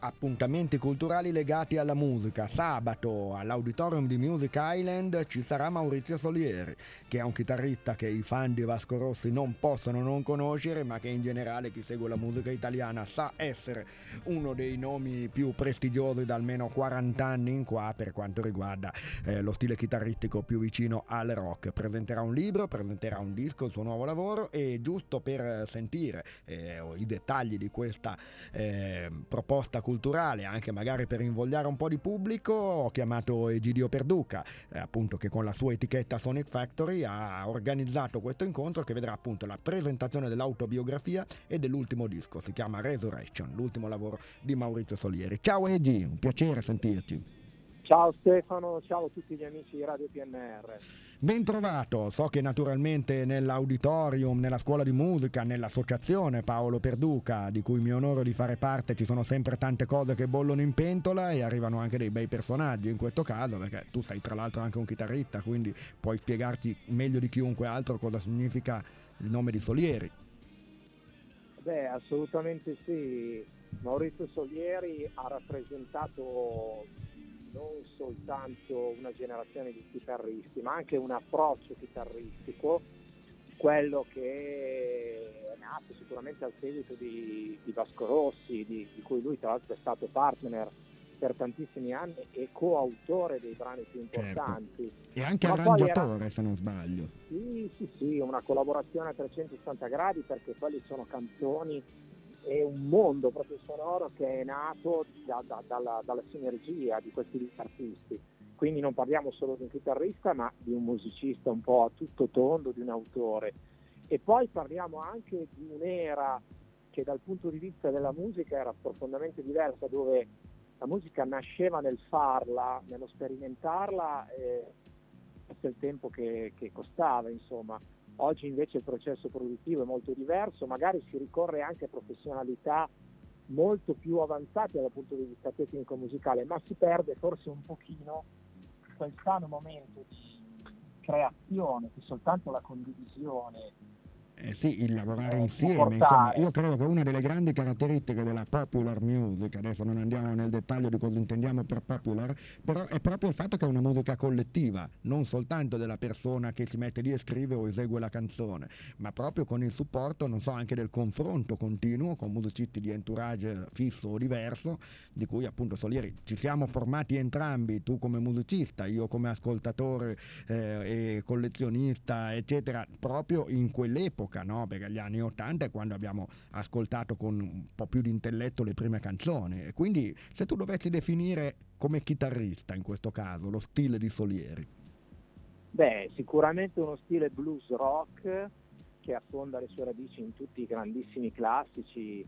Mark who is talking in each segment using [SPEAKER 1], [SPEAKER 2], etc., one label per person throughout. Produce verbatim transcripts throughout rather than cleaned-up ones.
[SPEAKER 1] Appuntamenti culturali legati alla musica. Sabato all'Auditorium di Music Island ci sarà Maurizio Solieri, che è un chitarrista che i fan di Vasco Rossi non possono non conoscere, ma che in generale chi segue la musica italiana sa essere uno dei nomi più prestigiosi da almeno quaranta anni in qua per quanto riguarda eh, lo stile chitarristico più vicino al rock. Presenterà un libro, presenterà un disco, il suo nuovo lavoro, e giusto per sentire eh, i dettagli di questa eh, proposta culturale, anche magari per invogliare un po' di pubblico, ho chiamato Egidio Perduca, eh, appunto, che con la sua etichetta Sonic Factory ha organizzato questo incontro che vedrà appunto la presentazione dell'autobiografia e dell'ultimo disco. Si chiama Resurrection, l'ultimo lavoro di Maurizio Solieri. Ciao Egi, un piacere sentirci.
[SPEAKER 2] Ciao Stefano, ciao a tutti gli amici di Radio P N R.
[SPEAKER 1] Ben trovato, so che naturalmente nell'auditorium, nella scuola di musica, nell'associazione Paolo Perduca, di cui mi onoro di fare parte, ci sono sempre tante cose che bollono in pentola e arrivano anche dei bei personaggi in questo caso, perché tu sei tra l'altro anche un chitarrista, quindi puoi spiegarci meglio di chiunque altro cosa significa il nome di Solieri.
[SPEAKER 2] Beh, assolutamente sì. Maurizio Solieri ha rappresentato non soltanto una generazione di chitarristi, ma anche un approccio chitarristico, quello che è nato sicuramente al seguito di, di Vasco Rossi, di, di cui lui tra l'altro è stato partner per tantissimi anni e coautore dei brani più importanti.
[SPEAKER 1] Certo. E anche
[SPEAKER 2] ma
[SPEAKER 1] arrangiatore,
[SPEAKER 2] era...
[SPEAKER 1] se non sbaglio.
[SPEAKER 2] Sì, sì, sì, una collaborazione a trecentosessanta gradi, perché quelli sono canzoni e un mondo proprio sonoro che è nato da, da, dalla, dalla sinergia di questi due artisti. Quindi non parliamo solo di un chitarrista, ma di un musicista un po' a tutto tondo, di un autore. E poi parliamo anche di un'era che dal punto di vista della musica era profondamente diversa, dove la musica nasceva nel farla, nello sperimentarla, e il tempo che, che costava, insomma. Oggi invece il processo produttivo è molto diverso, magari si ricorre anche a professionalità molto più avanzate dal punto di vista tecnico musicale, ma si perde forse un pochino quel sano momento di creazione che soltanto la condivisione
[SPEAKER 1] Eh sì, il lavorare
[SPEAKER 2] eh, può
[SPEAKER 1] insieme, insomma,
[SPEAKER 2] portare.
[SPEAKER 1] io credo che una delle grandi caratteristiche della popular music, adesso non andiamo nel dettaglio di cosa intendiamo per popular, però è proprio il fatto che è una musica collettiva, non soltanto della persona che si mette lì e scrive o esegue la canzone, ma proprio con il supporto, non so, anche del confronto continuo con musicisti di entourage fisso o diverso, di cui appunto Solieri ci siamo formati entrambi, tu come musicista, io come ascoltatore eh, e collezionista, eccetera, proprio in quell'epoca. No? Perché agli anni ottanta è quando abbiamo ascoltato con un po' più di intelletto le prime canzoni, e quindi se tu dovessi definire come chitarrista in questo caso lo stile di Solieri.
[SPEAKER 2] Beh, sicuramente uno stile blues rock che affonda le sue radici in tutti i grandissimi classici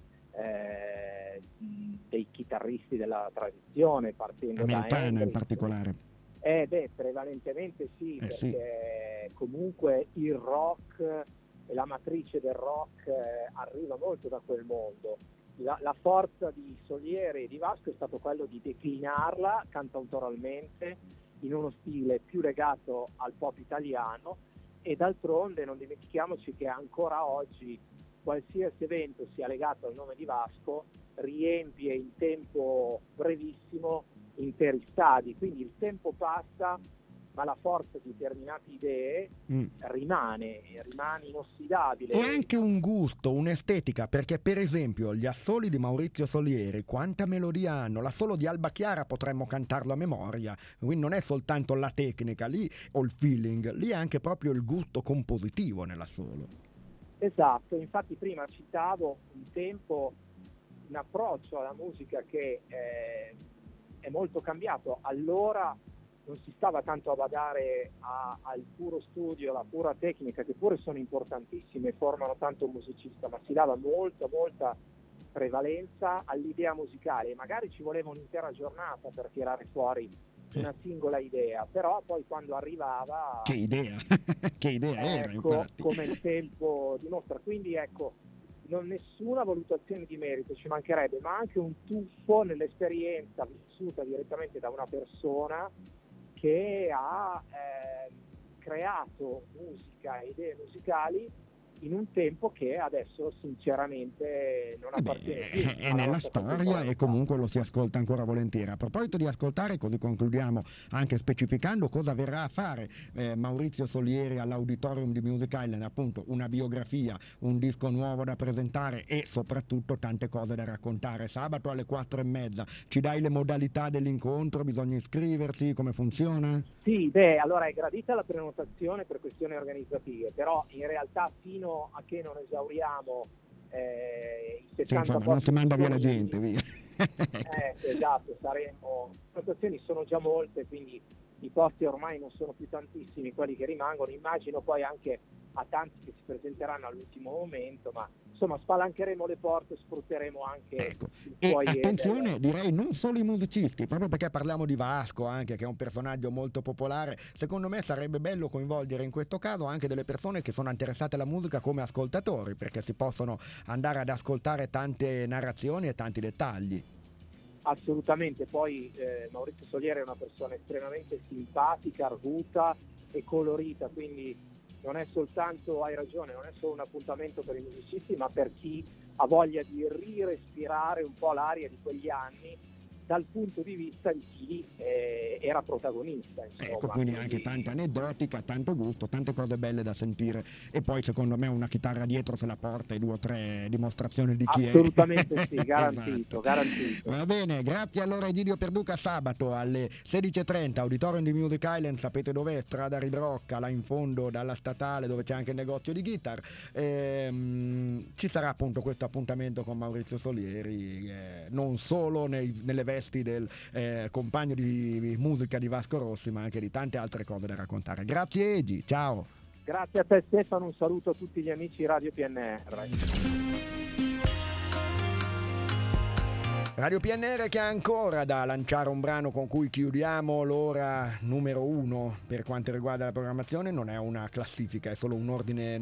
[SPEAKER 2] eh, dei chitarristi della tradizione, partendo da
[SPEAKER 1] Americana
[SPEAKER 2] Hendrix.
[SPEAKER 1] in particolare.
[SPEAKER 2] Eh beh, prevalentemente sì,
[SPEAKER 1] Eh,
[SPEAKER 2] perché
[SPEAKER 1] sì.
[SPEAKER 2] comunque il rock e la matrice del rock eh, arriva molto da quel mondo. La, la forza di Solieri e di Vasco è stato quello di declinarla cantautoralmente in uno stile più legato al pop italiano, e d'altronde non dimentichiamoci che ancora oggi qualsiasi evento sia legato al nome di Vasco riempie in tempo brevissimo interi stadi, quindi il tempo passa ma la forza di determinate idee mm. rimane, rimane inossidabile.
[SPEAKER 1] E anche un gusto, un'estetica, perché per esempio gli assoli di Maurizio Solieri, quanta melodia hanno, l'assolo di Alba Chiara potremmo cantarlo a memoria, quindi non è soltanto la tecnica lì o il feeling, lì è anche proprio il gusto compositivo nell'assolo.
[SPEAKER 2] Esatto, infatti prima citavo un tempo, un approccio alla musica che eh, è molto cambiato. Allora non si stava tanto a badare a, al puro studio, alla pura tecnica, che pure sono importantissime e formano tanto un musicista, ma si dava molta, molta prevalenza all'idea musicale, e magari ci voleva un'intera giornata per tirare fuori una singola idea, però poi quando arrivava...
[SPEAKER 1] Che idea, che idea era,
[SPEAKER 2] ecco,
[SPEAKER 1] infatti.
[SPEAKER 2] come il tempo dimostra. Quindi ecco, non nessuna valutazione di merito, ci mancherebbe, ma anche un tuffo nell'esperienza vissuta direttamente da una persona che ha eh, creato musica e idee musicali in un tempo che adesso sinceramente non
[SPEAKER 1] Eh
[SPEAKER 2] appartiene
[SPEAKER 1] beh,
[SPEAKER 2] più
[SPEAKER 1] è
[SPEAKER 2] alla
[SPEAKER 1] nella
[SPEAKER 2] nostra
[SPEAKER 1] storia e
[SPEAKER 2] contemporaneità.
[SPEAKER 1] comunque lo si ascolta ancora volentieri. A proposito di ascoltare, così concludiamo anche specificando cosa verrà a fare eh, Maurizio Solieri all'Auditorium di Music Island, appunto una biografia, un disco nuovo da presentare e soprattutto tante cose da raccontare. Sabato alle quattro e mezza, ci dai le modalità dell'incontro, bisogna iscriversi, come funziona?
[SPEAKER 2] Sì, beh, allora è gradita la prenotazione per questioni organizzative, però in realtà fino a che non esauriamo eh, i
[SPEAKER 1] Cioè,
[SPEAKER 2] settanta
[SPEAKER 1] insomma, non si
[SPEAKER 2] posti
[SPEAKER 1] manda via la
[SPEAKER 2] disponibili,
[SPEAKER 1] gente, via. Ecco.
[SPEAKER 2] eh, esatto, saremo, le prenotazioni sono già molte, quindi i posti ormai non sono più tantissimi quelli che rimangono, immagino poi anche a tanti che si presenteranno all'ultimo momento, ma insomma spalancheremo le porte, sfrutteremo anche
[SPEAKER 1] Ecco.
[SPEAKER 2] il
[SPEAKER 1] E
[SPEAKER 2] foyer
[SPEAKER 1] attenzione,
[SPEAKER 2] del...
[SPEAKER 1] direi non solo i musicisti, proprio perché parliamo di Vasco anche, che è un personaggio molto popolare, secondo me sarebbe bello coinvolgere in questo caso anche delle persone che sono interessate alla musica come ascoltatori, perché si possono andare ad ascoltare tante narrazioni e tanti dettagli.
[SPEAKER 2] Assolutamente, poi eh, Maurizio Solieri è una persona estremamente simpatica, arguta e colorita, quindi non è soltanto, hai ragione, non è solo un appuntamento per i musicisti, ma per chi ha voglia di rirespirare un po' l'aria di quegli anni dal punto di vista di chi eh, era protagonista. Insomma.
[SPEAKER 1] Ecco, quindi anche
[SPEAKER 2] Quindi,
[SPEAKER 1] tanta aneddotica, tanto gusto, tante cose belle da sentire e poi secondo me una chitarra dietro se la porta e due o tre dimostrazioni di chi
[SPEAKER 2] assolutamente
[SPEAKER 1] è.
[SPEAKER 2] sì, garantito,
[SPEAKER 1] Esatto.
[SPEAKER 2] garantito.
[SPEAKER 1] Va bene, grazie allora Egidio Perduca. Sabato alle sedici e trenta, Auditorium di Music Island, sapete dov'è? Strada Ribrocca, là in fondo dalla statale dove c'è anche il negozio di guitar. Ehm, ci sarà appunto questo appuntamento con Maurizio Solieri, eh, non solo nei, nelle vesti del eh, compagno di musica di Vasco Rossi, ma anche di tante altre cose da raccontare. Grazie Egi, ciao.
[SPEAKER 2] Grazie a te Stefano, un saluto a tutti gli amici Radio P N R.
[SPEAKER 1] Radio P N R che ha ancora da lanciare un brano con cui chiudiamo l'ora numero uno per quanto riguarda la programmazione, non è una classifica, è solo un ordine